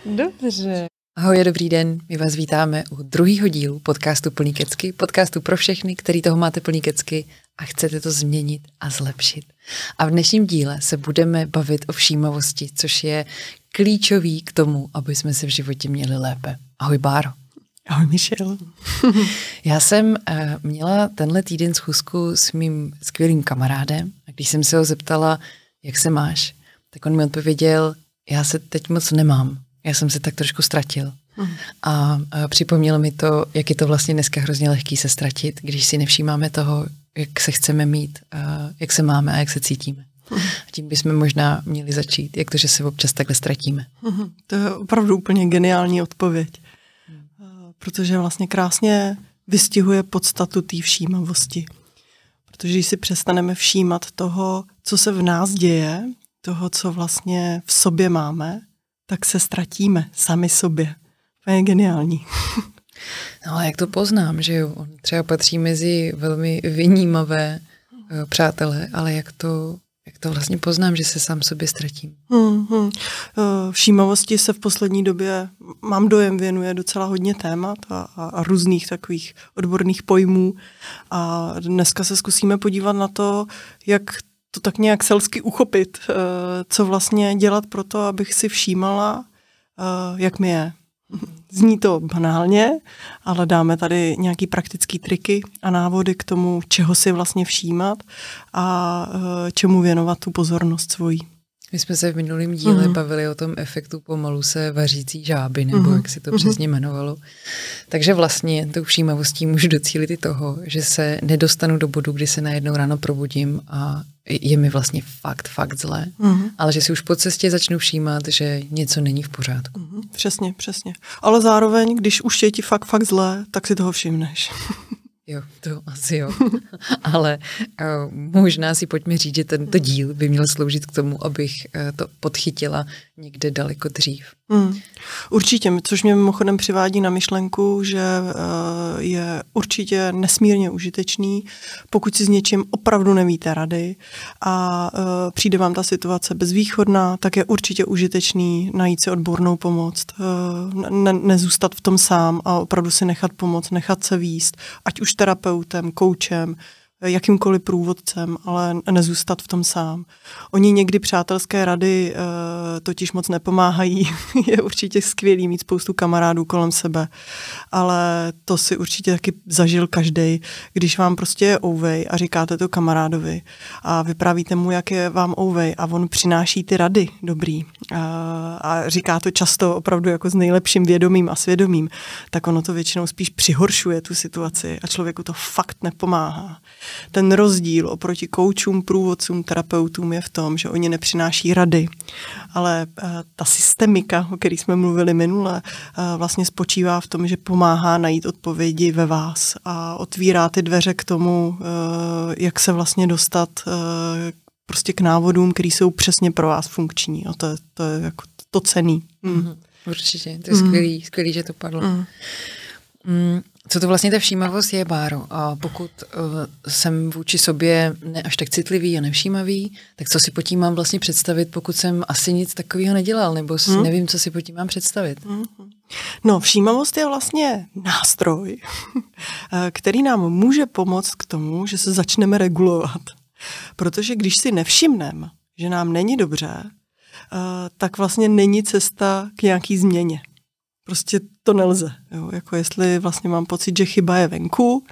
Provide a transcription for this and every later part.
Dobře. Ahoj, dobrý den, my vás vítáme u druhého dílu podcastu Plný kecky, podcastu pro všechny, který toho máte plný kecky a chcete to změnit a zlepšit. A v dnešním díle se budeme bavit o všímavosti, což je klíčový k tomu, aby jsme se v životě měli lépe. Ahoj, Báro. Ahoj, Michel. Já jsem měla tenhle týden schůzku s mým skvělým kamarádem a když jsem se ho zeptala, jak se máš, tak on mi odpověděl, já se teď moc nemám. Já jsem se tak trošku ztratil. A připomnělo mi to, jak je to vlastně dneska hrozně lehký se ztratit, když si nevšímáme toho, jak se chceme mít, jak se máme a jak se cítíme. A tím bychom možná měli začít, jak to, že se občas takhle ztratíme. To je opravdu úplně geniální odpověď. Protože vlastně krásně vystihuje podstatu té všímavosti. Protože když si přestaneme všímat toho, co se v nás děje, toho, co vlastně v sobě máme, tak se ztratíme sami sobě. To je geniální. No ale jak to poznám, že jo? On třeba patří mezi velmi vynímavé přátelé, ale jak to vlastně poznám, že se sám sobě ztratím? Všímavosti se v poslední době, mám dojem, věnuje docela hodně témat a různých takových odborných pojmů. A dneska se zkusíme podívat na to, jak to tak nějak selsky uchopit, co vlastně dělat pro to, abych si všímala, jak mi je. Zní to banálně, ale dáme tady nějaký praktický triky a návody k tomu, čeho si vlastně všímat a čemu věnovat tu pozornost svojí. My jsme se v minulém díle bavili o tom efektu pomalu se vařící žáby, nebo jak se to přesně jmenovalo. Takže vlastně tou všímavostí můžu docílit i toho, že se nedostanu do bodu, kdy se najednou ráno probudím a je mi vlastně fakt zlé, ale že si už po cestě začnu všímat, že něco není v pořádku. Přesně. Ale zároveň, když už je ti fakt zlé, tak si toho všimneš. Jo, to asi jo. Ale možná si pojďme říct, že tento díl by měl sloužit k tomu, abych to podchytila někde daleko dřív. Určitě, což mě mimochodem přivádí na myšlenku, že je určitě nesmírně užitečný, pokud si s něčím opravdu nevíte rady a přijde vám ta situace bezvýchodná, tak je určitě užitečný najít si odbornou pomoc, nezůstat v tom sám a opravdu si nechat pomoct, nechat se vést, ať už terapeutem, koučem, jakýmkoliv průvodcem, ale nezůstat v tom sám. Oni někdy přátelské rady totiž moc nepomáhají. Je určitě skvělý mít spoustu kamarádů kolem sebe, ale to si určitě taky zažil každej, když vám prostě je ouvej a říkáte to kamarádovi a vyprávíte mu, jak je vám ouvej a on přináší ty rady dobrý a říká to často opravdu jako s nejlepším vědomím a svědomím, tak ono to většinou spíš přihoršuje tu situaci a člověku to fakt nepomáhá. Ten rozdíl oproti koučům, průvodcům, terapeutům je v tom, že oni nepřináší rady, ale ta systemika, o které jsme mluvili minule, vlastně spočívá v tom, že pomáhá najít odpovědi ve vás a otvírá ty dveře k tomu, jak se vlastně dostat prostě k návodům, které jsou přesně pro vás funkční. A to je jako to cenný. Určitě, to je skvělý, že to padlo. Co to vlastně ta všímavost je, Báro? A pokud jsem vůči sobě ne až tak citlivý a nevšímavý, tak co si pod tím mám vlastně představit, pokud jsem asi nic takového nedělal, nebo nevím, co si pod tím mám představit? No, všímavost je vlastně nástroj, který nám může pomoct k tomu, že se začneme regulovat. Protože když si nevšimneme, že nám není dobře, tak vlastně není cesta k nějaký změně. Prostě to nelze. Jo? Jako jestli vlastně mám pocit, že chyba je venku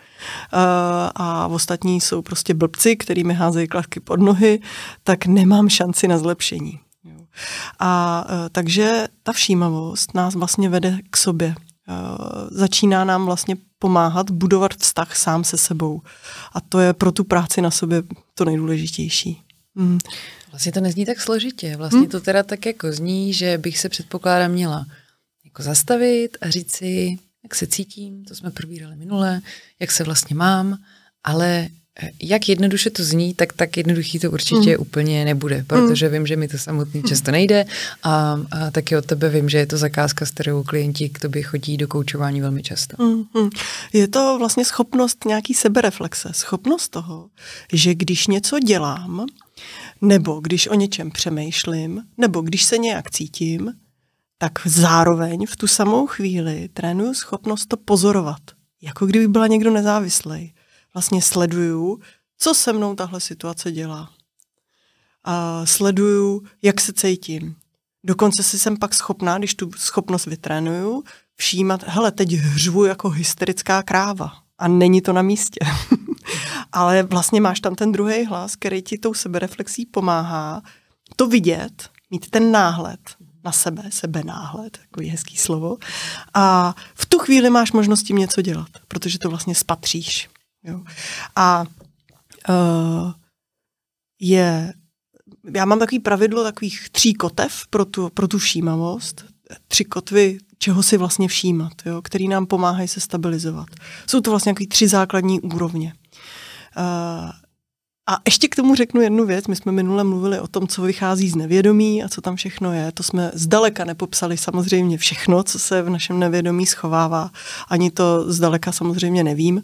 a ostatní jsou prostě blbci, který mi házejí klacky pod nohy, tak nemám šanci na zlepšení. Jo? A takže ta všímavost nás vlastně vede k sobě. Začíná nám vlastně pomáhat budovat vztah sám se sebou. A to je pro tu práci na sobě to nejdůležitější. Vlastně to nezní tak složitě. Vlastně to teda tak jako zní, že bych se předpokládám měla jako zastavit a říct si, jak se cítím, to jsme probírali minule, jak se vlastně mám, ale jak jednoduše to zní, tak jednoduchý to určitě úplně nebude, protože vím, že mi to samotný často nejde a taky od tebe vím, že je to zakázka, s kterou klienti k tobě chodí do koučování velmi často. Je to vlastně schopnost nějaký sebereflexe, schopnost toho, že když něco dělám, nebo když o něčem přemýšlím, nebo když se nějak cítím, tak zároveň v tu samou chvíli trénuju schopnost to pozorovat. Jako kdyby byla někdo nezávislej. Vlastně sleduju, co se mnou tahle situace dělá. A sleduju, jak se cítím. Dokonce si jsem pak schopná, když tu schopnost vytrénuju, všímat, hele, teď hřvu jako hysterická kráva a není to na místě. Ale vlastně máš tam ten druhý hlas, který ti tou sebereflexí pomáhá to vidět, mít ten náhled na sebe, sebenáhled, takový hezký slovo. A v tu chvíli máš možnost tím něco dělat, protože to vlastně spatříš. Jo. A já mám takový pravidlo takových 3 kotev pro tu všímavost. 3 kotvy, čeho si vlastně všímat, jo, který nám pomáhají se stabilizovat. Jsou to vlastně takový 3 základní úrovně. A ještě k tomu řeknu jednu věc. My jsme minule mluvili o tom, co vychází z nevědomí a co tam všechno je. To jsme zdaleka nepopsali samozřejmě všechno, co se v našem nevědomí schovává. Ani to zdaleka samozřejmě nevím.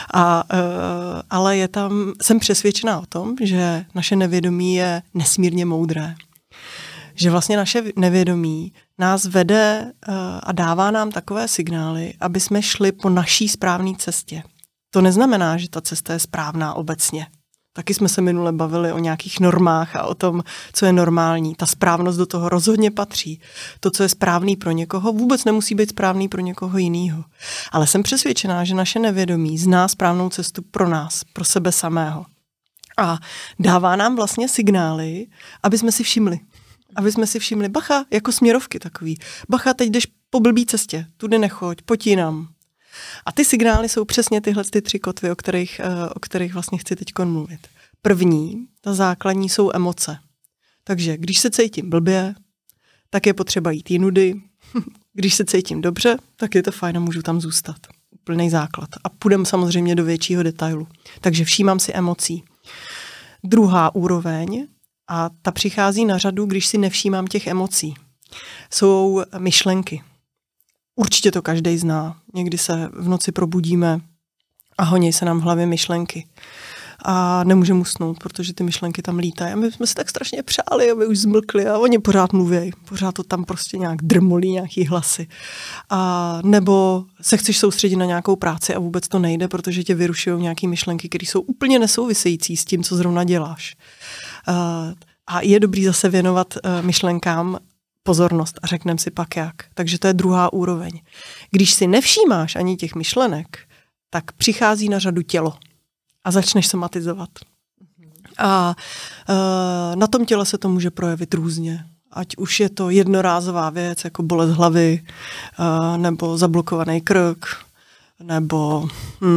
Ale jsem přesvědčená o tom, že naše nevědomí je nesmírně moudré. Že vlastně naše nevědomí nás vede a dává nám takové signály, aby jsme šli po naší správné cestě. To neznamená, že ta cesta je správná obecně. Taky jsme se minule bavili o nějakých normách a o tom, co je normální. Ta správnost do toho rozhodně patří. To, co je správný pro někoho, vůbec nemusí být správný pro někoho jiného. Ale jsem přesvědčená, že naše nevědomí zná správnou cestu pro nás, pro sebe samého. A dává nám vlastně signály, aby jsme si všimli. Aby jsme si všimli, bacha, jako směrovky takový. Bacha, teď jdeš po blbý cestě, tudy nechoď, pojď jinam. A ty signály jsou přesně tyhle 3 kotvy, o kterých vlastně chci teď mluvit. První, ta základní, jsou emoce. Takže když se cítím blbě, tak je potřeba jít jinudy. Když se cítím dobře, tak je to fajn a můžu tam zůstat. Úplný základ. A půjdeme samozřejmě do většího detailu. Takže všímám si emocí. Druhá úroveň, a ta přichází na řadu, když si nevšímám těch emocí, jsou myšlenky. Určitě to každý zná. Někdy se v noci probudíme a honí se nám v hlavě myšlenky. A nemůžeme usnout, protože ty myšlenky tam lítají. A my jsme si tak strašně přáli, aby už zmlkli a oni pořád mluví. Pořád to tam prostě nějak drmolí, nějaký hlasy. A nebo se chceš soustředit na nějakou práci a vůbec to nejde, protože tě vyrušují nějaké myšlenky, které jsou úplně nesouvisející s tím, co zrovna děláš. A je dobrý zase věnovat myšlenkám pozornost a řekneme si pak jak. Takže to je druhá úroveň. Když si nevšímáš ani těch myšlenek, tak přichází na řadu tělo a začneš somatizovat. A na tom těle se to může projevit různě. Ať už je to jednorázová věc, jako bolest hlavy, nebo zablokovaný krk, nebo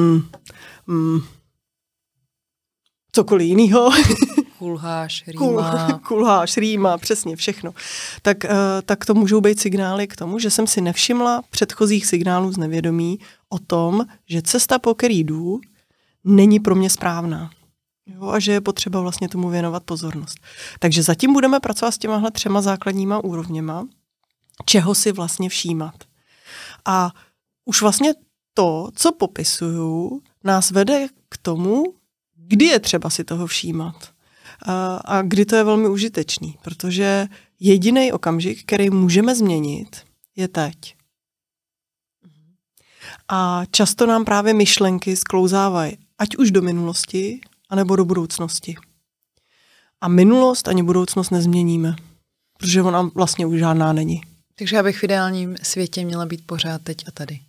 cokoliv jinýho. Kulháš, rýma, přesně všechno. Tak to můžou být signály k tomu, že jsem si nevšimla předchozích signálů z nevědomí o tom, že cesta, po který jdu, není pro mě správná. Jo, a že je potřeba vlastně tomu věnovat pozornost. Takže zatím budeme pracovat s těmahle 3 základníma úrovněma, čeho si vlastně všímat. A už vlastně to, co popisuju, nás vede k tomu, kdy je třeba si toho všímat. A kdy to je velmi užitečný, protože jediný okamžik, který můžeme změnit, je teď. A často nám právě myšlenky sklouzávají, ať už do minulosti, anebo do budoucnosti. A minulost ani budoucnost nezměníme, protože ona vlastně už žádná není. Takže já bych v ideálním světě měla být pořád teď a tady.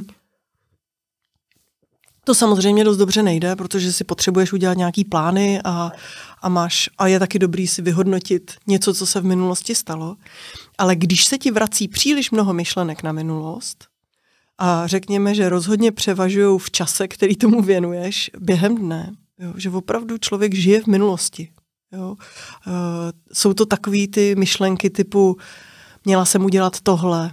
To samozřejmě dost dobře nejde, protože si potřebuješ udělat nějaký plány a je taky dobrý si vyhodnotit něco, co se v minulosti stalo. Ale když se ti vrací příliš mnoho myšlenek na minulost a řekněme, že rozhodně převažují v čase, který tomu věnuješ během dne, jo, že opravdu člověk žije v minulosti. Jo. Jsou to takový ty myšlenky typu měla jsem udělat tohle,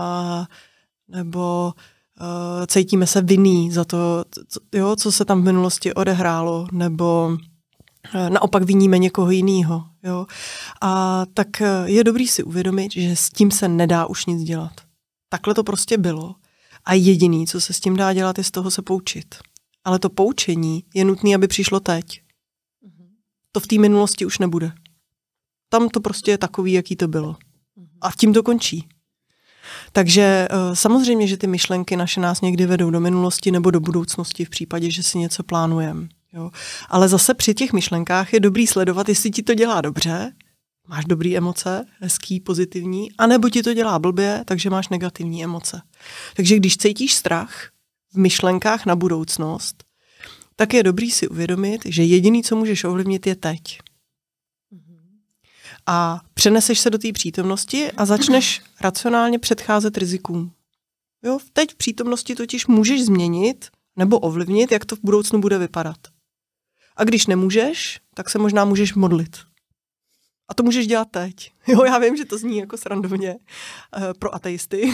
nebo cítíme se vinný za to, co se tam v minulosti odehrálo, nebo naopak viníme někoho jiného. Jo? A tak je dobrý si uvědomit, že s tím se nedá už nic dělat. Takhle to prostě bylo. A jediný, co se s tím dá dělat, je z toho se poučit. Ale to poučení je nutné, aby přišlo teď. To v té minulosti už nebude. Tam to prostě je takový, jaký to bylo. A tím to končí. Takže samozřejmě, že ty myšlenky naše nás někdy vedou do minulosti nebo do budoucnosti v případě, že si něco plánujeme. Jo. Ale zase při těch myšlenkách je dobrý sledovat, jestli ti to dělá dobře, máš dobré emoce, hezký, pozitivní, anebo ti to dělá blbě, takže máš negativní emoce. Takže když cítíš strach v myšlenkách na budoucnost, tak je dobrý si uvědomit, že jediný, co můžeš ovlivnit, je teď. A přeneseš se do té přítomnosti a začneš racionálně předcházet rizikům. Jo, teď v přítomnosti totiž můžeš změnit nebo ovlivnit, jak to v budoucnu bude vypadat. A když nemůžeš, tak se možná můžeš modlit. A to můžeš dělat teď. Jo, já vím, že to zní jako srandovně pro ateisty,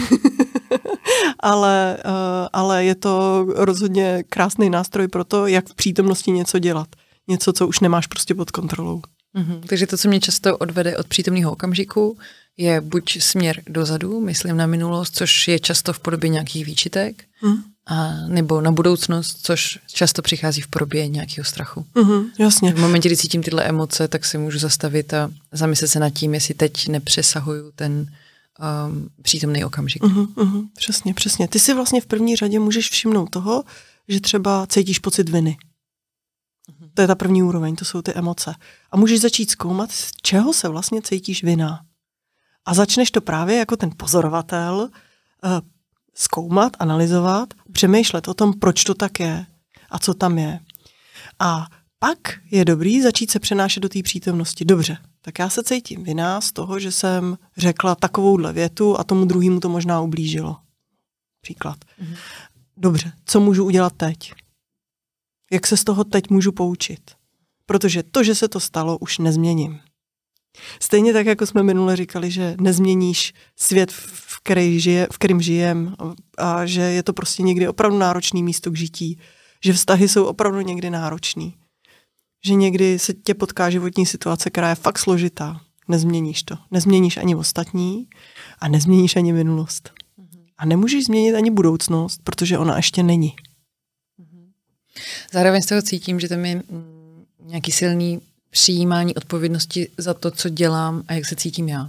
ale je to rozhodně krásný nástroj pro to, jak v přítomnosti něco dělat. Něco, co už nemáš prostě pod kontrolou. Takže to, co mě často odvede od přítomného okamžiku, je buď směr dozadu, myslím na minulost, což je často v podobě nějakých výčitek, a nebo na budoucnost, což často přichází v podobě nějakého strachu. Jasně. V momentě, kdy cítím tyhle emoce, tak si můžu zastavit a zamyslet se nad tím, jestli teď nepřesahuju ten přítomný okamžik. Přesně. Ty si vlastně v první řadě můžeš všimnout toho, že třeba cítíš pocit viny. To je ta první úroveň, to jsou ty emoce. A můžeš začít zkoumat, z čeho se vlastně cítíš vina. A začneš to právě jako ten pozorovatel zkoumat, analyzovat, přemýšlet o tom, proč to tak je a co tam je. A pak je dobrý začít se přenášet do té přítomnosti. Dobře, tak já se cítím vina z toho, že jsem řekla takovouhle větu a tomu druhému to možná ublížilo. Příklad. Dobře, co můžu udělat teď? Jak se z toho teď můžu poučit? Protože to, že se to stalo, už nezměním. Stejně tak, jako jsme minule říkali, že nezměníš svět, v kterém žijem, a že je to prostě někdy opravdu náročný místo k žití, že vztahy jsou opravdu někdy náročný, že někdy se tě potká životní situace, která je fakt složitá. Nezměníš to. Nezměníš ani ostatní a nezměníš ani minulost. A nemůžeš změnit ani budoucnost, protože ona ještě není. Zároveň z toho cítím, že tam je nějaký silný přijímání odpovědnosti za to, co dělám a jak se cítím já.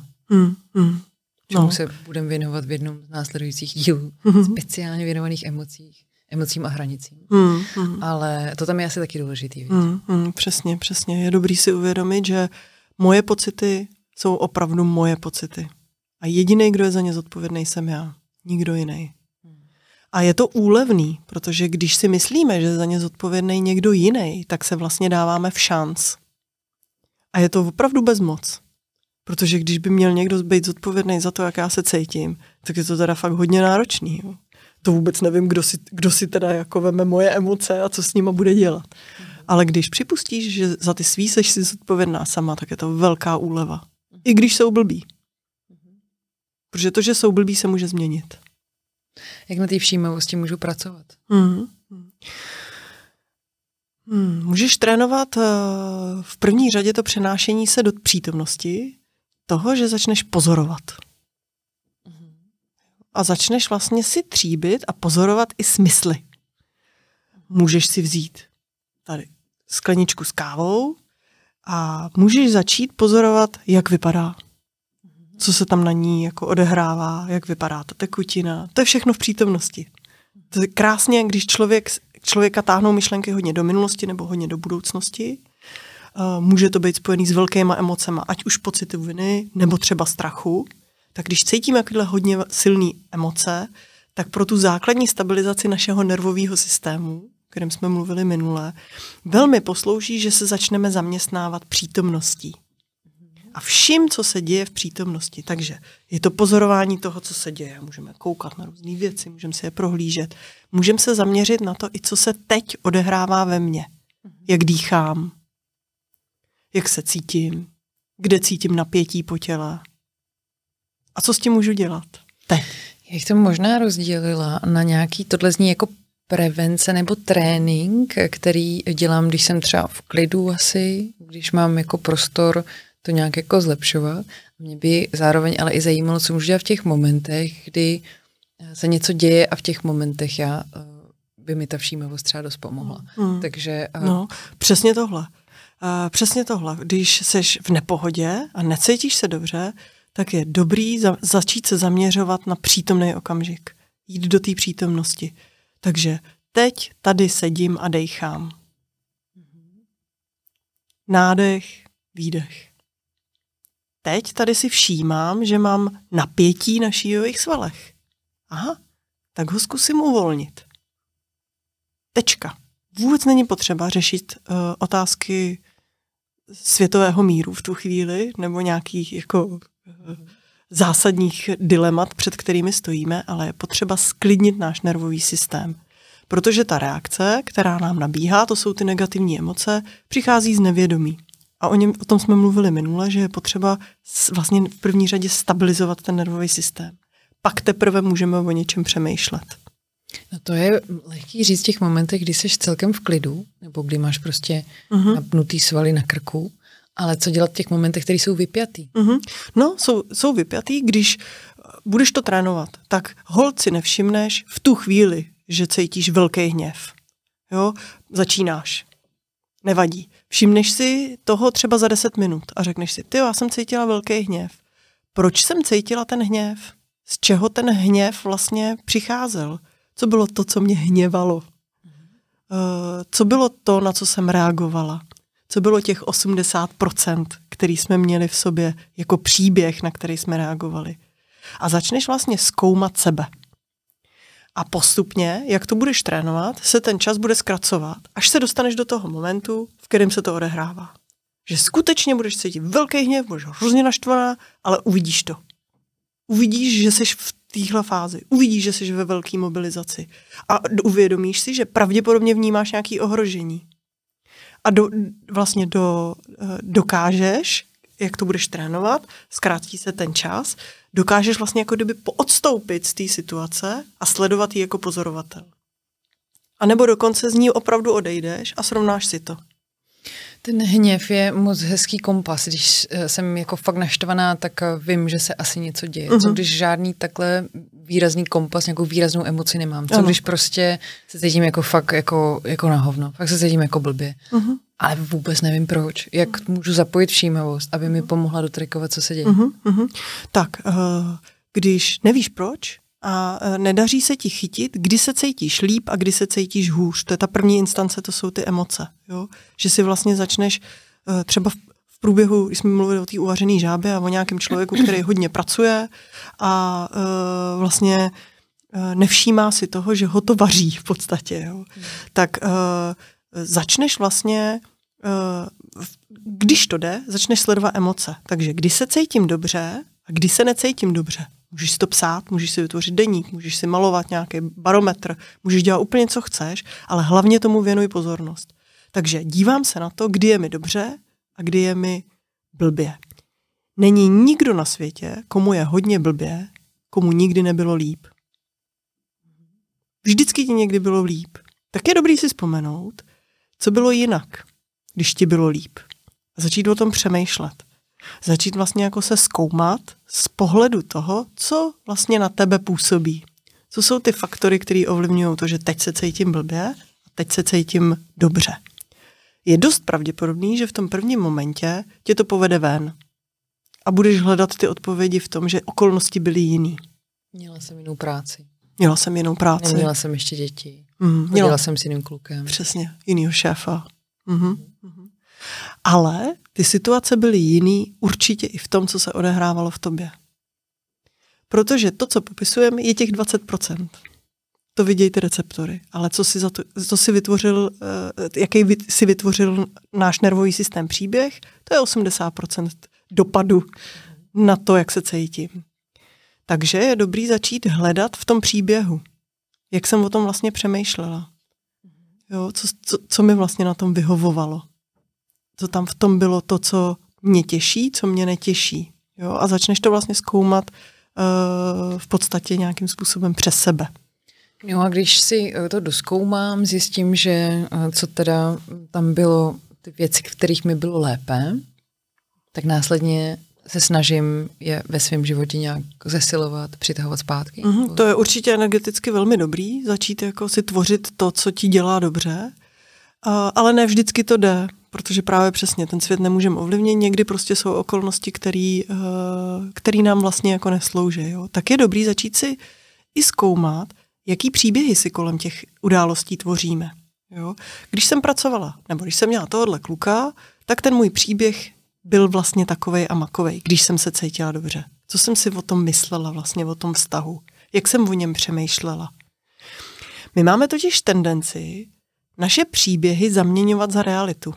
Čemu se budeme věnovat v jednom z následujících dílů, speciálně věnovaných emocím a hranicím. Ale to tam je asi taky důležitý. Přesně. Je dobrý si uvědomit, že moje pocity jsou opravdu moje pocity. A jediný, kdo je za ně zodpovědný, jsem já. Nikdo jiný. A je to úlevný, protože když si myslíme, že za ně zodpovědný někdo jiný, tak se vlastně dáváme v šanc. A je to opravdu bezmoc. Protože když by měl někdo být zodpovědný za to, jak já se cítím, tak je to teda fakt hodně náročný. Jo. To vůbec nevím, kdo si teda jako veme moje emoce a co s nima bude dělat. Ale když připustíš, že za ty svý seš si zodpovědná sama, tak je to velká úleva. I když jsou blbí. Protože to, že jsou blbí, se může změnit. Jak na té všímavosti můžu pracovat? Můžeš trénovat v první řadě to přenášení se do přítomnosti toho, že začneš pozorovat. A začneš vlastně si tříbit a pozorovat i smysly. Můžeš si vzít tady skleničku s kávou a můžeš začít pozorovat, jak vypadá. Co se tam na ní jako odehrává, jak vypadá ta tekutina. To je všechno v přítomnosti. To je krásně, když člověka táhnou myšlenky hodně do minulosti nebo hodně do budoucnosti. Může to být spojený s velkýma emocema, ať už pocity viny nebo třeba strachu. Tak když cítíme jakýhle hodně silný emoce, tak pro tu základní stabilizaci našeho nervového systému, o kterém jsme mluvili minule, velmi poslouží, že se začneme zaměstnávat přítomností. A vším, co se děje v přítomnosti. Takže je to pozorování toho, co se děje. Můžeme koukat na různé věci, můžeme si je prohlížet. Můžeme se zaměřit na to, i co se teď odehrává ve mně. Jak dýchám, jak se cítím, kde cítím napětí po těle. A co s tím můžu dělat? Teď. Já bych to možná rozdělila na nějaký, tohle zní jako prevence nebo trénink, který dělám, když jsem třeba v klidu asi, když mám jako prostor to nějak jako zlepšovat. Mě by zároveň ale i zajímalo, co můžu dělat v těch momentech, kdy se něco děje a v těch momentech by mi ta všímavost třeba dost pomohla. Takže, no, přesně tohle. Přesně tohle. Když seš v nepohodě a necítíš se dobře, tak je dobrý začít se zaměřovat na přítomný okamžik. Jít do té přítomnosti. Takže teď tady sedím a dejchám. Nádech, výdech. Teď tady si všímám, že mám napětí na šíjových svalech. Aha, tak ho zkusím uvolnit. Tečka. Vůbec není potřeba řešit otázky světového míru v tu chvíli, nebo nějakých jako zásadních dilemat, před kterými stojíme, ale je potřeba sklidnit náš nervový systém. Protože ta reakce, která nám nabíhá, to jsou ty negativní emoce, přichází z nevědomí. A o tom jsme mluvili minule, že je potřeba vlastně v první řadě stabilizovat ten nervový systém. Pak teprve můžeme o něčem přemýšlet. No to je lehký říct v těch momentech, kdy jsi celkem v klidu, nebo kdy máš prostě napnutý svaly na krku, ale co dělat v těch momentech, které jsou vypjatý? No, jsou vypjatý, když budeš to trénovat, tak holt si nevšimneš v tu chvíli, že cítíš velký hněv. Jo? Začínáš. Nevadí. Všimneš si toho třeba za 10 minut a řekneš si, já jsem cítila velký hněv. Proč jsem cítila ten hněv? Z čeho ten hněv vlastně přicházel? Co bylo to, co mě hněvalo? Co bylo to, na co jsem reagovala? Co bylo těch 80%, který jsme měli v sobě jako příběh, na který jsme reagovali? A začneš vlastně zkoumat sebe. A postupně, jak to budeš trénovat, se ten čas bude zkracovat, až se dostaneš do toho momentu, v kterém se to odehrává. Že skutečně budeš cítit velký hněv, budeš hrozně naštvaná, ale uvidíš to. Uvidíš, že jsi v téhle fázi. Uvidíš, že jsi ve velké mobilizaci. A uvědomíš si, že pravděpodobně vnímáš nějaké ohrožení. A dokážeš, jak to budeš trénovat, zkrátí se ten čas, dokážeš vlastně jako kdyby poodstoupit z té situace a sledovat ji jako pozorovatel. A nebo dokonce z ní opravdu odejdeš a srovnáš si to. Ten hněv je moc hezký kompas. Když jsem jako fakt naštvaná, tak vím, že se asi něco děje. Co když žádný takhle výrazný kompas, nějakou výraznou emoci nemám? Co když prostě se cítím jako fakt jako na hovno? Fakt se cítím jako blbě. Ale vůbec nevím proč. Jak můžu zapojit všímavost, aby mi pomohla dotrikovat, co se děje? Tak, když nevíš proč a nedaří se ti chytit, kdy se cítíš líp a kdy se cítíš hůř. To je ta první instance, to jsou ty emoce. Jo? Že si vlastně začneš třeba v průběhu, když jsme mluvili o té uvařené žábě a o nějakém člověku, který hodně pracuje a vlastně nevšímá si toho, že ho to vaří v podstatě. Jo? Tak začneš vlastně, když to jde, začneš sledovat emoce. Takže kdy se cítím dobře a kdy se necítím dobře. Můžeš si to psát, můžeš si vytvořit deník, můžeš si malovat nějaký barometr, můžeš dělat úplně, co chceš, ale hlavně tomu věnuj pozornost. Takže dívám se na to, kdy je mi dobře a kdy je mi blbě. Není nikdo na světě, komu je hodně blbě, komu nikdy nebylo líp. Vždycky ti někdy bylo líp. Tak je dobrý si vzpomenout, co bylo jinak, když ti bylo líp. A začít o tom přemýšlet. Začít vlastně jako se zkoumat z pohledu toho, co vlastně na tebe působí. Co jsou ty faktory, které ovlivňují to, že teď se cítím blbě a teď se cítím dobře. Je dost pravděpodobný, že v tom prvním momentě tě to povede ven. A budeš hledat ty odpovědi v tom, že okolnosti byly jiný. Měla jsem jinou práci. Neměla jsem ještě děti. Měla jsem s jiným klukem. Přesně, jinýho šéfa. Ale ty situace byly jiný určitě i v tom, co se odehrávalo v tobě. Protože to, co popisujeme, je těch 20%. To vidějí ty receptory. Ale co si vytvořil, jaký si vytvořil náš nervový systém příběh, to je 80% dopadu na to, jak se cítím. Takže je dobrý začít hledat v tom příběhu. Jak jsem o tom vlastně přemýšlela. Jo, co mi vlastně na tom vyhovovalo. Co tam v tom bylo to, co mě těší, co mě netěší. Jo? A začneš to vlastně zkoumat v podstatě nějakým způsobem přes sebe. Jo, a když si to dozkoumám, zjistím, že co teda tam bylo, ty věci, v kterých mi bylo lépe, tak následně se snažím je ve svém životě nějak zesilovat, přitahovat zpátky. To je určitě energeticky velmi dobrý, začít jako si tvořit to, co ti dělá dobře, ale ne vždycky to jde. protože právě přesně ten svět nemůžeme ovlivnit, někdy prostě jsou okolnosti, který nám vlastně jako neslouží. Jo? Tak je dobrý začít si i zkoumat, jaký příběhy si kolem těch událostí tvoříme. Jo? Když jsem pracovala, nebo když jsem měla tohohle kluka, tak ten můj příběh byl vlastně takovej a makovej, když jsem se cítila dobře. Co jsem si o tom myslela vlastně, o tom vztahu? Jak jsem o něm přemýšlela? My máme totiž tendenci naše příběhy zaměňovat za realitu.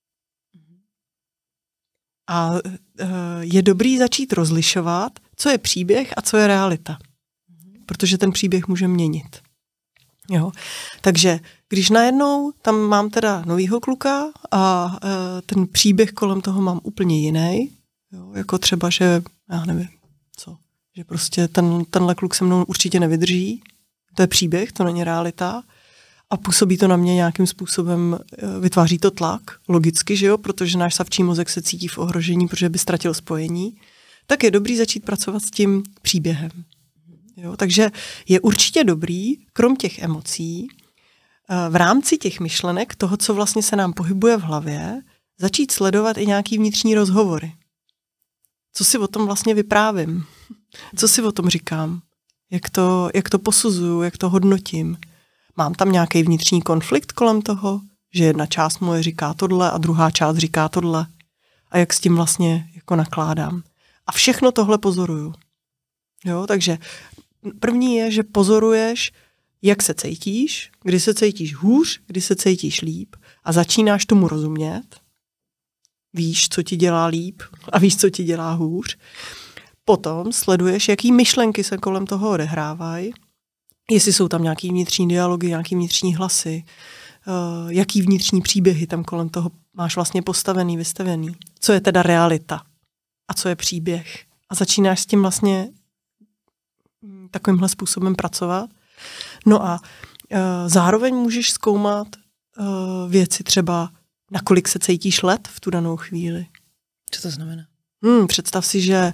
A je dobrý začít rozlišovat, co je příběh a co je realita. Protože ten příběh může měnit. Jo? Takže když najednou tam mám teda novýho kluka a ten příběh kolem toho mám úplně jiný, jo? Jako třeba, že já nevím, co, že prostě tenhle kluk se mnou určitě nevydrží, to je příběh, to není realita a působí to na mě nějakým způsobem, vytváří to tlak, logicky, že jo, protože náš savčí mozek se cítí v ohrožení, protože by ztratil spojení, tak je dobrý začít pracovat s tím příběhem. Jo, takže je určitě dobrý, krom těch emocí, v rámci těch myšlenek, toho, co vlastně se nám pohybuje v hlavě, začít sledovat i nějaký vnitřní rozhovory. Co si o tom vlastně vyprávím? Co si o tom říkám? Jak to posuzuju, jak to hodnotím? Mám tam nějaký vnitřní konflikt kolem toho, že jedna část moje říká tohle a druhá část říká tohle? A jak s tím vlastně jako nakládám? A všechno tohle pozoruju. Jo, takže první je, že pozoruješ, jak se cítíš, kdy se cítíš hůř, kdy se cítíš líp a začínáš tomu rozumět. Víš, co ti dělá líp a víš, co ti dělá hůř. Potom sleduješ, jaký myšlenky se kolem toho odehrávají, jestli jsou tam nějaký vnitřní dialogy, nějaký vnitřní hlasy, jaký vnitřní příběhy tam kolem toho máš vlastně postavený, vystavený. Co je teda realita a co je příběh. A začínáš s tím vlastně takovýmhle způsobem pracovat. No a zároveň můžeš zkoumat věci třeba, nakolik se cítíš let v tu danou chvíli. Co to znamená? Představ si, že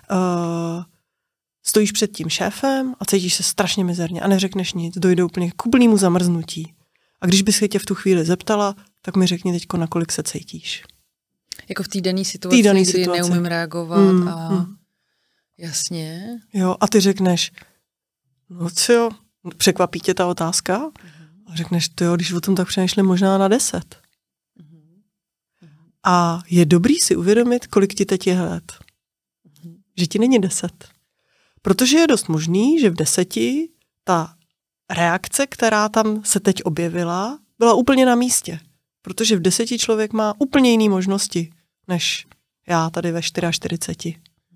stojíš před tím šéfem a cítíš se strašně mizerně a neřekneš nic, dojde úplně k úplnému zamrznutí. A když bys se tě v tu chvíli zeptala, tak mi řekni teďko, nakolik se cítíš. Jako v té dané situaci, kdy neumím reagovat a jasně. Jo, a ty řekneš, no co jo, překvapí tě ta otázka? A řekneš, to jo, když o tom tak přemýšlím, možná na 10. A je dobrý si uvědomit, kolik ti teď je let. Že ti není 10. Protože je dost možný, že v 10 ta reakce, která tam se teď objevila, byla úplně na místě. Protože v 10 člověk má úplně jiné možnosti, než já tady ve 44.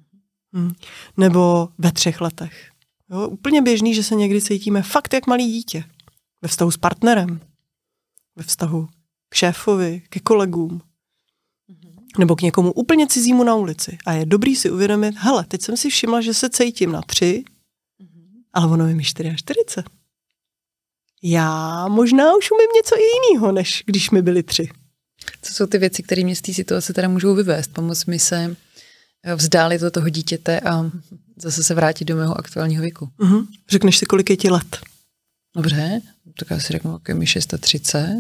Nebo ve 3 letech. Jo, úplně běžný, že se někdy cítíme fakt jak malý dítě. Ve vztahu s partnerem, ve vztahu k šéfovi, ke kolegům, nebo k někomu úplně cizímu na ulici. A je dobrý si uvědomit, hele, teď jsem si všimla, že se cítím na 3, ale ono je mi 44. Já možná už umím něco i jiného, než když mi byly 3. Co jsou ty věci, které mě z té situace teda můžou vyvést? Pomoct mi se vzdálit od toho dítěte a zase se vrátit do mého aktuálního věku. Řekneš si, kolik je ti let? Dobře, tak já si řeknu, jak je mi 630.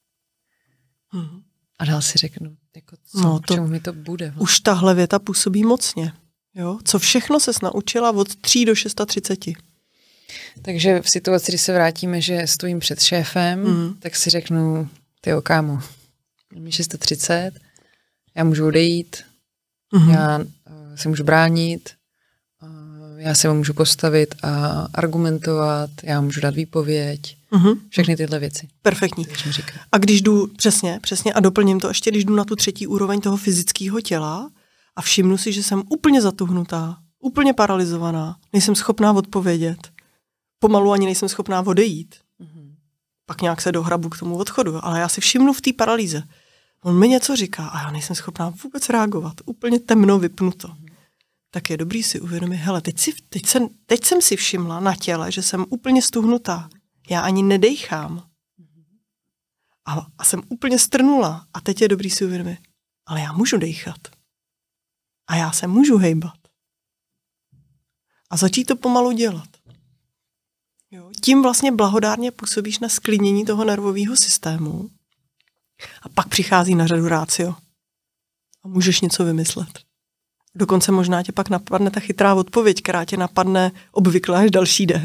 A dál si řeknu, jako co, čemu mi to bude. Vlastně. Už tahle věta působí mocně. Jo? Co všechno ses naučila od 3 do 630. Takže v situaci, kdy se vrátíme, že stojím před šéfem, tak si řeknu, tyjo, kámo, je mi 630, já můžu odejít, já se můžu bránit, já se můžu postavit a argumentovat, já můžu dát výpověď, všechny tyhle věci. Perfektní. A když jdu, přesně, a doplním to ještě, když jdu na tu 3. úroveň toho fyzického těla a všimnu si, že jsem úplně zatuhnutá, úplně paralizovaná, nejsem schopná odpovědět, pomalu ani nejsem schopná odejít. Pak nějak se dohrabu k tomu odchodu, ale já si všimnu v té paralýze. On mi něco říká a já nejsem schopná vůbec reagovat, úplně temno vypnuto. Tak je dobrý si uvědomit, hele, teď jsem si všimla na těle, že jsem úplně stuhnutá. Já ani nedejchám. A jsem úplně strnula. A teď je dobrý si uvědomit, ale já můžu dejchat. A já se můžu hejbat. A začít to pomalu dělat. Jo? Tím vlastně blahodárně působíš na sklidnění toho nervového systému. A pak přichází na řadu rácio. A můžeš něco vymyslet. Dokonce možná tě pak napadne ta chytrá odpověď, která tě napadne obvykle až další den.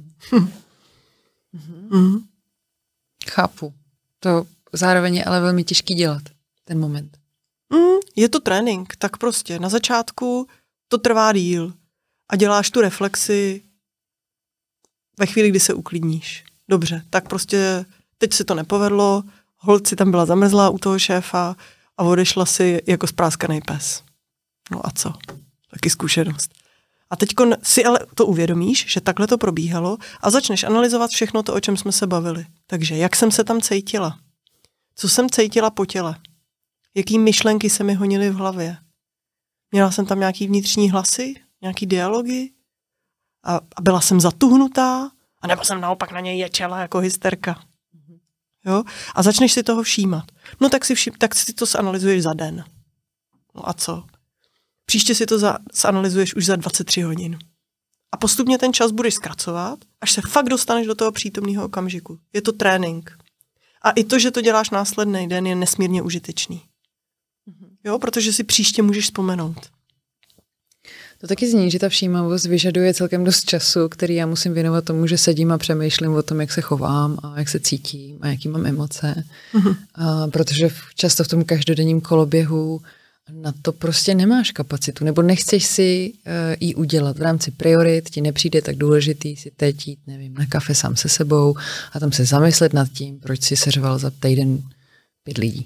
Chápu. To zároveň je ale velmi těžký dělat, ten moment. Je to trénink, tak prostě na začátku to trvá díl a děláš tu reflexi ve chvíli, kdy se uklidníš. Dobře, tak prostě teď se to nepovedlo, holt si tam byla zamrzlá u toho šéfa a odešla si jako spráskaný pes. No a co? Taky zkušenost. A teď si ale to uvědomíš, že takhle to probíhalo a začneš analyzovat všechno to, o čem jsme se bavili. Takže jak jsem se tam cítila? Co jsem cítila po těle? Jaký myšlenky se mi honily v hlavě? Měla jsem tam nějaký vnitřní hlasy? Nějaký dialogy? A byla jsem zatuhnutá? A nebo jsem naopak na něj ječela jako hysterka? Jo? A začneš si toho všímat. No tak si to zanalyzuješ za den. No a co? Příště si to zanalyzuješ už za 23 hodin. A postupně ten čas budeš zkracovat, až se fakt dostaneš do toho přítomného okamžiku. Je to trénink. A i to, že to děláš následný den, je nesmírně užitečný. Jo, protože si příště můžeš vzpomenout. To taky zní, že ta všímavost vyžaduje celkem dost času, který já musím věnovat tomu, že sedím a přemýšlím o tom, jak se chovám a jak se cítím a jaký mám emoce. Protože často v tom každodenním koloběhu na to prostě nemáš kapacitu, nebo nechceš si ji udělat. V rámci priorit ti nepřijde tak důležitý si teď jít, nevím, na kafe sám se sebou a tam se zamyslet nad tím, proč si seřval za týden 5 lidí.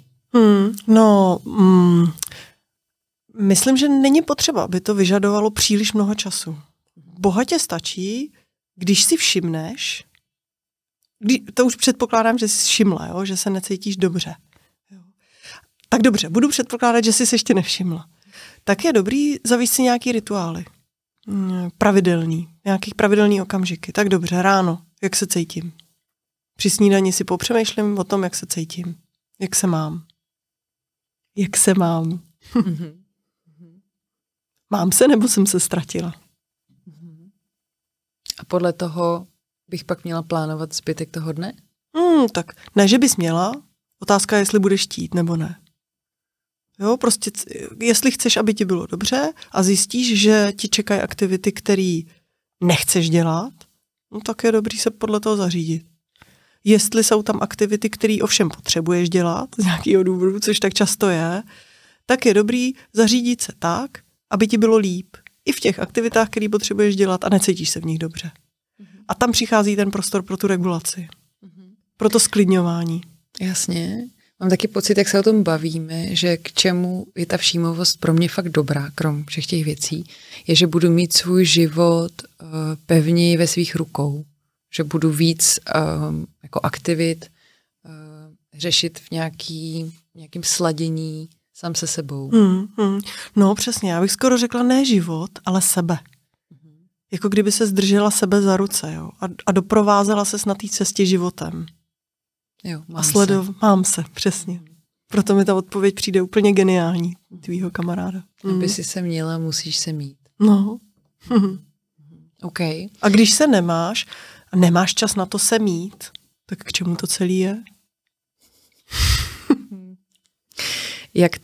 Myslím, že není potřeba, aby to vyžadovalo příliš mnoho času. Bohatě stačí, když si všimneš, to už předpokládám, že jsi všimla, jo? Že se necítíš dobře. Jo. Tak dobře, budu předpokládat, že jsi se ještě nevšimla. Tak je dobrý zavést si nějaký rituály. Nějaký pravidelný okamžiky. Tak dobře, ráno, jak se cítím. Při snídani si popřemýšlím o tom, jak se cítím. Jak se mám. Jak se mám. Mám se, nebo jsem se ztratila? A podle toho bych pak měla plánovat zbytek toho dne? Tak ne, že bys měla. Otázka je, jestli budeš chtít, nebo ne. Jo, prostě, jestli chceš, aby ti bylo dobře a zjistíš, že ti čekají aktivity, které nechceš dělat, no tak je dobrý se podle toho zařídit. Jestli jsou tam aktivity, které ovšem potřebuješ dělat z nějakého důvodu, což tak často je, tak je dobrý zařídit se tak, aby ti bylo líp. I v těch aktivitách, které potřebuješ dělat a necítíš se v nich dobře. A tam přichází ten prostor pro tu regulaci. Pro to sklidňování. Jasně. Mám taky pocit, jak se o tom bavíme, že k čemu je ta všímavost pro mě fakt dobrá, krom všech těch věcí, je, že budu mít svůj život pevněji ve svých rukou. Že budu víc jako aktivit řešit v nějakým sladění sám se sebou. No přesně, já bych skoro řekla ne život, ale sebe. Jako kdyby se zdržela sebe za ruce, jo? A doprovázela ses na té cestě životem. Jo, mám se, přesně. Proto mi ta odpověď přijde úplně geniální, tvýho kamaráda. Aby si se měla, musíš se mít. No. OK. A když se nemáš a nemáš čas na to se mít, tak k čemu to celý je? Jak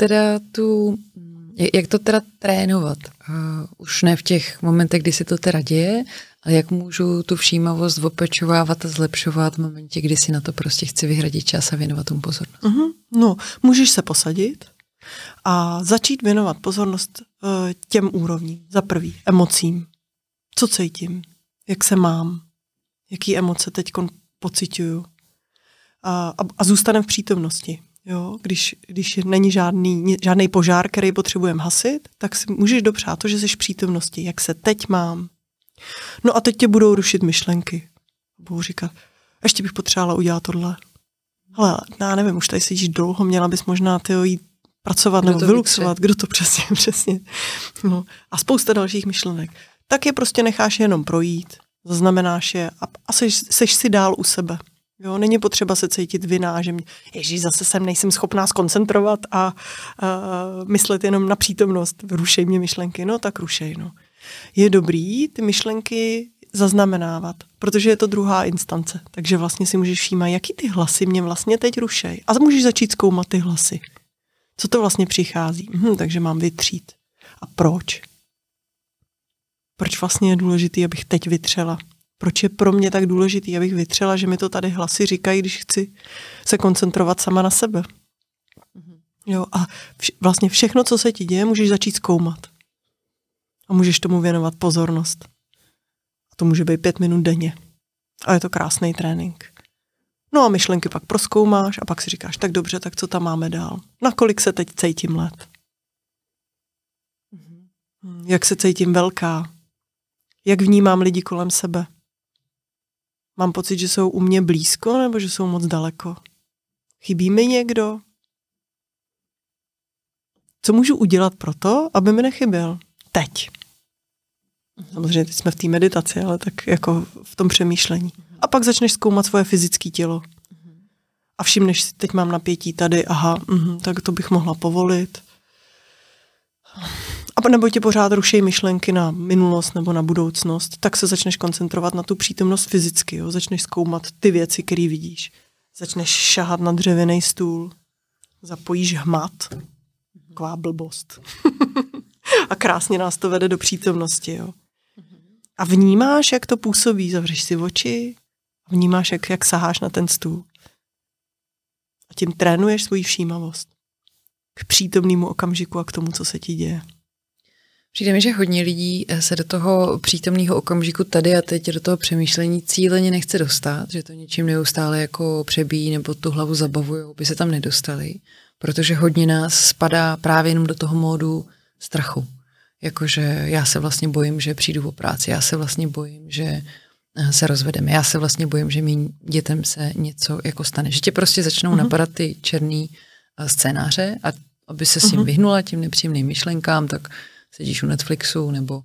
to teda trénovat? Už ne v těch momentech, kdy se to teda děje, ale jak můžu tu všímavost opečovávat a zlepšovat v momentě, kdy si na to prostě chci vyhradit čas a věnovat tomu pozornost? No, můžeš se posadit a začít věnovat pozornost těm úrovním. Za prvý, emocím. Co cítím? Jak se mám? Jaký emoce teď pociťuju? A zůstanem v přítomnosti. Jo? Když není žádný požár, který potřebujeme hasit, tak si můžeš dopřát to, že jsi v přítomnosti. Jak se teď mám? No a teď tě budou rušit myšlenky. Budu říkat, ještě bych potřebovala udělat tohle. Hele, já nevím, už tady sedíš dlouho, měla bys možná jít pracovat nebo vyluxovat. Kdo to přesně. No. A spousta dalších myšlenek. Tak je prostě necháš jenom projít, zaznamenáš je a seš si dál u sebe. Jo, není potřeba se cítit vinná, že zase nejsem schopná zkoncentrovat a myslet jenom na přítomnost. Rušej mě myšlenky, no tak rušej, no. Je dobrý ty myšlenky zaznamenávat, protože je to druhá instance. Takže vlastně si můžeš všímat, jaký ty hlasy mě vlastně teď rušej. A můžeš začít zkoumat ty hlasy. Co to vlastně přichází? Takže mám vytřít. A proč? Proč vlastně je důležitý, abych teď vytřela? Proč je pro mě tak důležitý, abych vytřela, že mi to tady hlasy říkají, když chci se koncentrovat sama na sebe? Jo, a vlastně všechno, co se ti děje, můžeš začít zkoumat. A můžeš tomu věnovat pozornost. A to může být 5 minut denně. A je to krásný trénink. No a myšlenky pak prozkoumáš a pak si říkáš, tak dobře, tak co tam máme dál? Nakolik se teď cítím let? Jak se cítím velká? Jak vnímám lidi kolem sebe? Mám pocit, že jsou u mě blízko nebo že jsou moc daleko? Chybí mi někdo? Co můžu udělat pro to, aby mi nechyběl? Teď. Samozřejmě teď jsme v té meditaci, ale tak jako v tom přemýšlení. A pak začneš zkoumat svoje fyzické tělo. A všimneš si, teď mám napětí tady, tak to bych mohla povolit. A nebo tě pořád ruší myšlenky na minulost nebo na budoucnost, tak se začneš koncentrovat na tu přítomnost fyzicky. Jo? Začneš zkoumat ty věci, které vidíš. Začneš šahat na dřevěný stůl. Zapojíš hmat. Taková blbost. A krásně nás to vede do přítomnosti. Jo? A vnímáš, jak to působí. Zavřeš si oči a vnímáš, jak saháš na ten stůl. A tím trénuješ svoji všímavost k přítomnému okamžiku a k tomu, co se ti děje. Přijde mi, že hodně lidí se do toho přítomného okamžiku tady a teď do toho přemýšlení cíleně nechce dostat, že to něčím neustále jako přebíjí nebo tu hlavu zabavují, aby se tam nedostali, protože hodně nás spadá právě jenom do toho módu strachu. Jakože já se vlastně bojím, že přijdu o práci, já se vlastně bojím, že se rozvedeme, já se vlastně bojím, že mým dětem se něco jako stane. Že tě prostě začnou napadat ty černý scénáře a aby se s tím vyhnula tím nepříjemným myšlenkám, tak sedíš u Netflixu nebo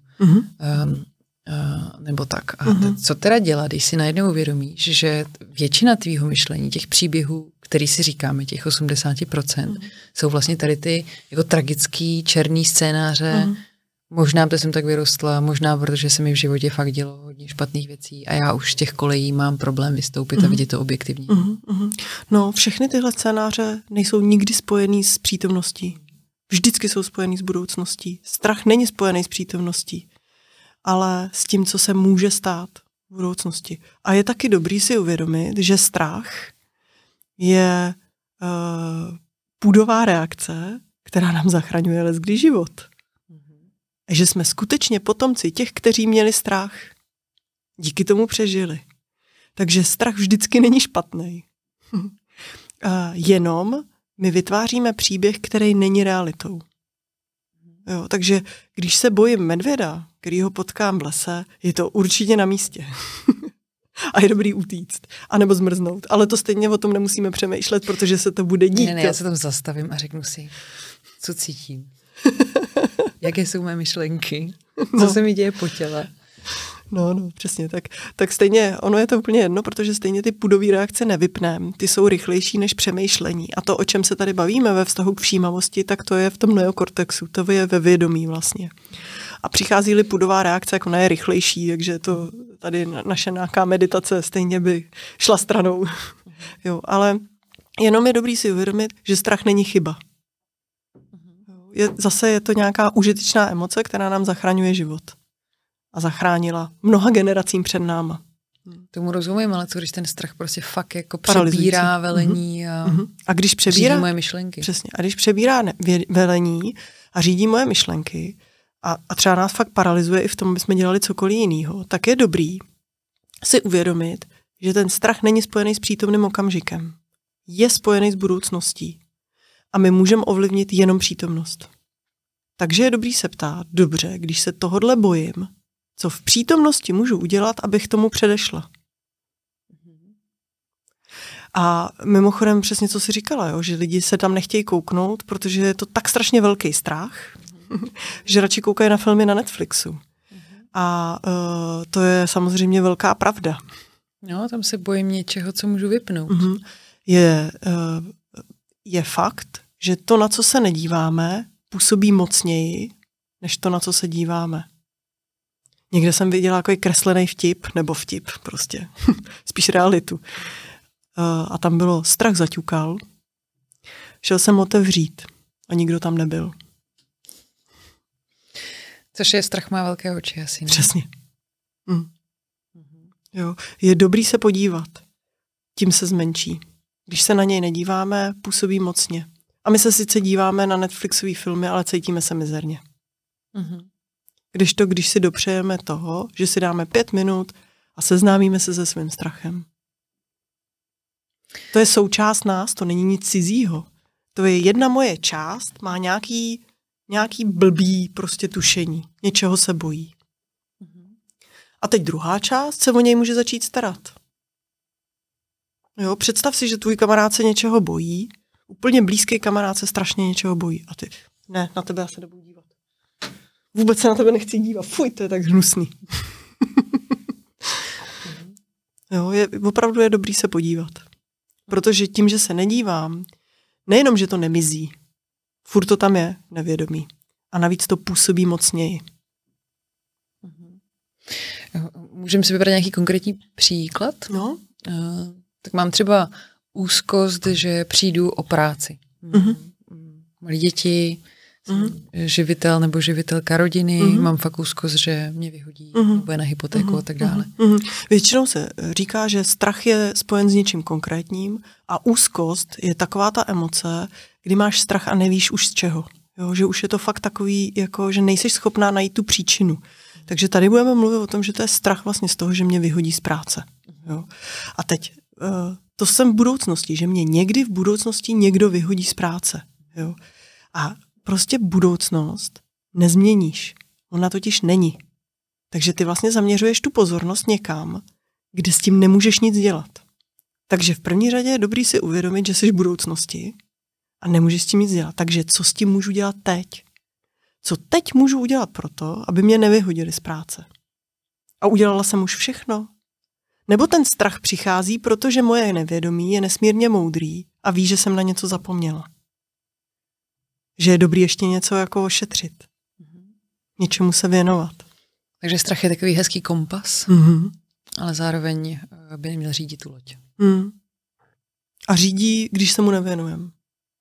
tak. A co teda dělat, když si najednou uvědomíš, že většina tvýho myšlení, těch příběhů, který si říkáme, těch 80%, jsou vlastně tady ty jako tragický černý scénáře. Možná, protože jsem tak vyrostla, možná, protože se mi v životě fakt dělo hodně špatných věcí a já už z těch kolejí mám problém vystoupit a vidět to objektivně. No, všechny tyhle scénáře nejsou nikdy spojený s přítomností. Vždycky jsou spojený s budoucností. Strach není spojený s přítomností, ale s tím, co se může stát v budoucnosti. A je taky dobrý si uvědomit, že strach je půdová reakce, která nám zachraňuje leckdy život. Že jsme skutečně potomci těch, kteří měli strach. Díky tomu přežili. Takže strach vždycky není špatný. Jenom my vytváříme příběh, který není realitou. Jo, takže když se bojím medvěda, který ho potkám v lese, je to určitě na místě. A je dobrý utíct. A nebo zmrznout. Ale to stejně o tom nemusíme přemýšlet, protože se to bude dít. Ne, já se tam zastavím a řeknu si, co cítím. Jaké jsou mé myšlenky? Co se mi děje po těle? No, přesně. Tak stejně, ono je to úplně jedno, protože stejně ty pudové reakce nevypneme. Ty jsou rychlejší než přemýšlení. A to, o čem se tady bavíme ve vztahu k všímavosti, tak to je v tom neokortexu, to je ve vědomí vlastně. A přichází-li pudová reakce, jako ne je rychlejší, takže to tady naše nějaká meditace stejně by šla stranou. Jo, ale jenom je dobrý si uvědomit, že strach není chyba. Zase je to nějaká užitečná emoce, která nám zachraňuje život. A zachránila mnoha generacím před náma. Tomu rozumím, ale co když ten strach prostě fakt jako přebírá velení a když přebírá řídí moje myšlenky. Přesně. A když přebírá velení a řídí moje myšlenky a třeba nás fakt paralyzuje i v tom, aby jsme dělali cokoliv jinýho, tak je dobrý si uvědomit, že ten strach není spojený s přítomným okamžikem. Je spojený s budoucností. A my můžeme ovlivnit jenom přítomnost. Takže je dobrý se ptát, dobře, když se tohodle bojím, co v přítomnosti můžu udělat, abych tomu předešla. A mimochodem přesně, co jsi říkala, jo, že lidi se tam nechtějí kouknout, protože je to tak strašně velký strach, že radši koukají na filmy na Netflixu. A to je samozřejmě velká pravda. No, tam se bojím něčeho, co můžu vypnout. Je fakt, že to, na co se nedíváme, působí mocněji, než to, na co se díváme. Někde jsem viděla jako kreslený vtip, nebo vtip prostě, spíš realitu. A tam bylo strach zaťukal, šel jsem otevřít a nikdo tam nebyl. Což je strach má velké oči asi. Ne? Přesně. Jo. Je dobrý se podívat, tím se zmenší. Když se na něj nedíváme, působí mocně. A my se sice díváme na Netflixové filmy, ale cítíme se mizerně. Když si dopřejeme toho, že si dáme 5 minut a seznámíme se se svým strachem. To je součást nás, to není nic cizího. To je jedna moje část, má nějaký blbý prostě tušení. Něčeho se bojí. A teď druhá část se o něj může začít starat. Jo, představ si, že tvůj kamarád se něčeho bojí, úplně blízký kamarád se strašně něčeho bojí. A ty, ne, na tebe já se nebudu dívat. Vůbec se na tebe nechci dívat. Fuj, to je tak hnusný. Jo, opravdu je dobrý se podívat. Protože tím, že se nedívám, nejenom, že to nemizí, furt to tam je nevědomí. A navíc to působí mocněji. Můžeme si vybrat nějaký konkrétní příklad? No. Tak mám třeba úzkost, že přijdu o práci. Malí děti, živitel nebo živitelka rodiny, mám fakt úzkost, že mě vyhodí, nebo je na hypotéku a tak dále. Většinou se říká, že strach je spojen s něčím konkrétním a úzkost je taková ta emoce, kdy máš strach a nevíš už z čeho. Jo, že už je to fakt takový, jako, že nejseš schopná najít tu příčinu. Takže tady budeme mluvit o tom, že to je strach vlastně z toho, že mě vyhodí z práce. Jo. A teď, to jsem v budoucnosti, že mě někdy v budoucnosti někdo vyhodí z práce. Jo. A prostě budoucnost nezměníš. Ona totiž není. Takže ty vlastně zaměřuješ tu pozornost někam, kde s tím nemůžeš nic dělat. Takže v první řadě je dobrý si uvědomit, že jsi v budoucnosti a nemůžeš s tím nic dělat. Takže co s tím můžu dělat teď? Co teď můžu udělat proto, aby mě nevyhodili z práce? A udělala jsem už všechno? Nebo ten strach přichází, protože moje nevědomí je nesmírně moudrý a ví, že jsem na něco zapomněla? Že je dobrý ještě něco jako ošetřit. Něčemu se věnovat. Takže strach je takový hezký kompas, ale zároveň by neměl řídit tu loď. A řídí, když se mu nevěnujeme.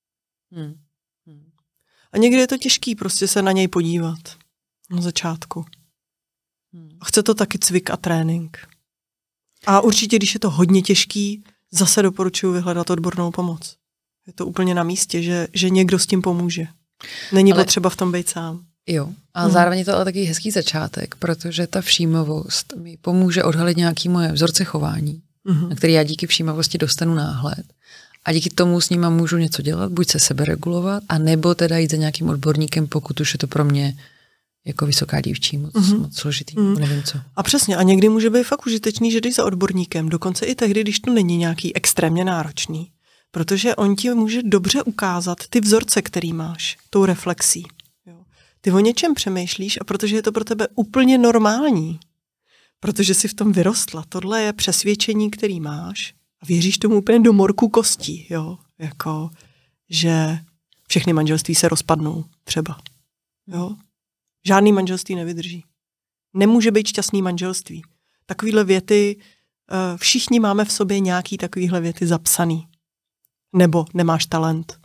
A někdy je to těžký prostě se na něj podívat. Na začátku. A chce to taky cvik a trénink. A určitě, když je to hodně těžký, zase doporučuji vyhledat odbornou pomoc. Je to úplně na místě, že někdo s tím pomůže. Není potřeba v tom být sám. Jo, a zároveň je to ale taky hezký začátek, protože ta všímavost mi pomůže odhalit nějaký moje vzorce chování, na který já díky všímavosti dostanu náhled. A díky tomu s nima můžu něco dělat, buď se seberegulovat, a nebo teda jít za nějakým odborníkem, pokud už je to pro mě jako vysoká dívčí, moc složitý, nevím co. A přesně, a někdy může být fakt užitečný, že jdeš za odborníkem, dokonce i tehdy, když to není nějaký extrémně náročný. Protože on ti může dobře ukázat ty vzorce, který máš, tou reflexí. Jo. Ty o něčem přemýšlíš a protože je to pro tebe úplně normální, protože jsi v tom vyrostla, tohle je přesvědčení, který máš a věříš tomu úplně do morku kostí, jo. Jako, že všechny manželství se rozpadnou třeba. Jo. Žádný manželství nevydrží. Nemůže být šťastný manželství. Takovýhle věty, všichni máme v sobě nějaký takovýhle věty zapsaný. Nebo nemáš talent.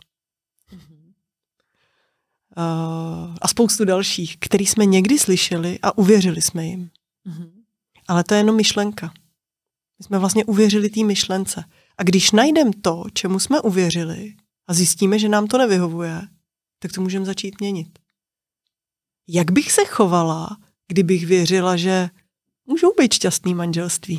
A spoustu dalších, který jsme někdy slyšeli a uvěřili jsme jim. Ale to je jenom myšlenka. My jsme vlastně uvěřili té myšlence. A když najdeme to, čemu jsme uvěřili a zjistíme, že nám to nevyhovuje, tak to můžeme začít měnit. Jak bych se chovala, kdybych věřila, že můžou být šťastný manželství?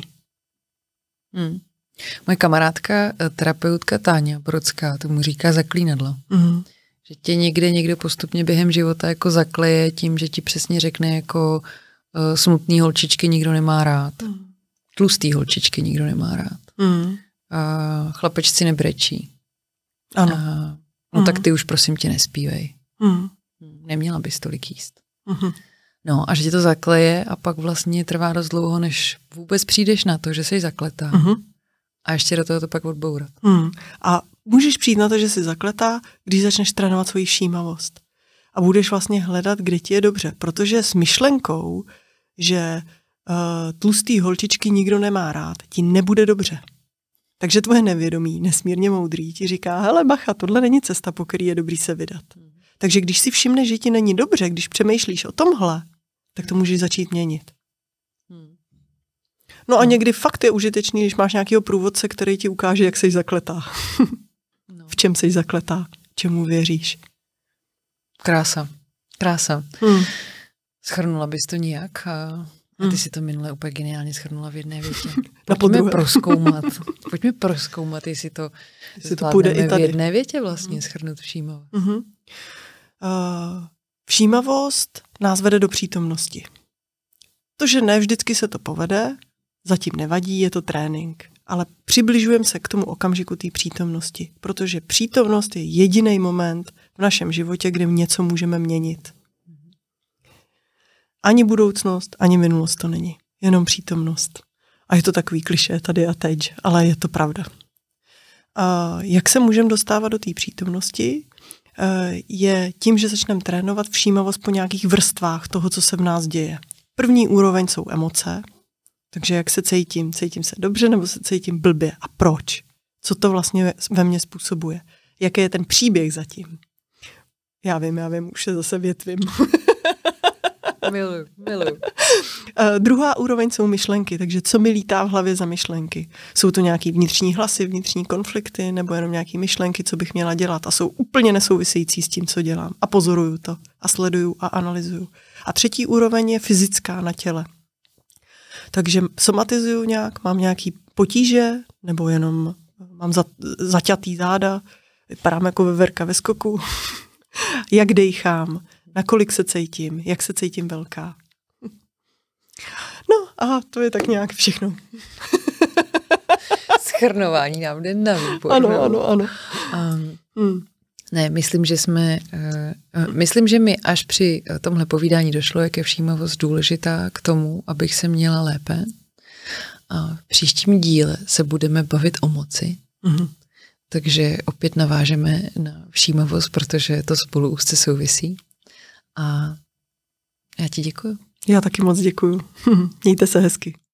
Moje kamarádka, terapeutka Táňa Brodská, tomu říká zaklínadlo. Že tě někde postupně během života jako zakleje tím, že ti přesně řekne jako smutný holčičky nikdo nemá rád. Tlustý holčičky nikdo nemá rád. A chlapečci nebrečí. Ano. No tak ty už prosím tě nespívej. Neměla bys tolik jíst. No a že tě to zakleje a pak vlastně trvá dost dlouho, než vůbec přijdeš na to, že jsi zakletá. A ještě do toho to pak odbourat. A můžeš přijít na to, že jsi zakletá, když začneš trénovat svoji všímavost. A budeš vlastně hledat, kde ti je dobře. Protože s myšlenkou, že tlustý holčičky nikdo nemá rád, ti nebude dobře. Takže tvoje nevědomí, nesmírně moudrý, ti říká, hele bacha, tohle není cesta, po který je dobrý se vydat. Takže když si všimneš, že ti není dobře, když přemýšlíš o tomhle, tak to můžeš začít měnit. No a někdy fakt je užitečný, když máš nějakého průvodce, který ti ukáže, jak jsi zakletá. V čem jsi zakletá, čemu věříš. Krása. Shrnula bys to nějak? A ty si to minule úplně geniálně shrnula v jedné větě. Pojďme prozkoumat, jestli to půjde i tady. V jedné větě vlastně shrnout všímavost. Všímavost nás vede do přítomnosti. To, že ne vždycky se to povede, zatím nevadí, je to trénink. Ale přibližujeme se k tomu okamžiku té přítomnosti, protože přítomnost je jediný moment v našem životě, kde něco můžeme měnit. Ani budoucnost, ani minulost to není. Jenom přítomnost. A je to takový klišé tady a teď, ale je to pravda. Jak se můžeme dostávat do té přítomnosti? Je tím, že začneme trénovat všímavost po nějakých vrstvách toho, co se v nás děje. První úroveň jsou emoce, takže jak se cítím? Cítím se dobře nebo se cítím blbě? A proč? Co to vlastně ve mně způsobuje? Jaký je ten příběh zatím? Já vím, už se zase větvím. Miluju. Druhá úroveň jsou myšlenky, takže co mi lítá v hlavě za myšlenky? Jsou to nějaký vnitřní hlasy, vnitřní konflikty, nebo jenom nějaký myšlenky, co bych měla dělat a jsou úplně nesouvisející s tím, co dělám. A pozoruju to a sleduju a analyzuju. A třetí úroveň je fyzická na těle. Takže somatizuju nějak, mám nějaký potíže, nebo jenom mám zaťatý záda, vypadám jako veverka ve skoku. Jak dejchám, nakolik se cítím, jak se cítím velká. No a to je tak nějak všechno. Shrnování nám jde na výbor. Ano. Ne, myslím, že mi až při tomhle povídání došlo, jak je všímavost důležitá k tomu, abych se měla lépe. A v příštím díle se budeme bavit o moci. Takže opět navážeme na všímavost, protože to spolu úzce souvisí. A já ti děkuju. Já taky moc děkuju. Mějte se hezky.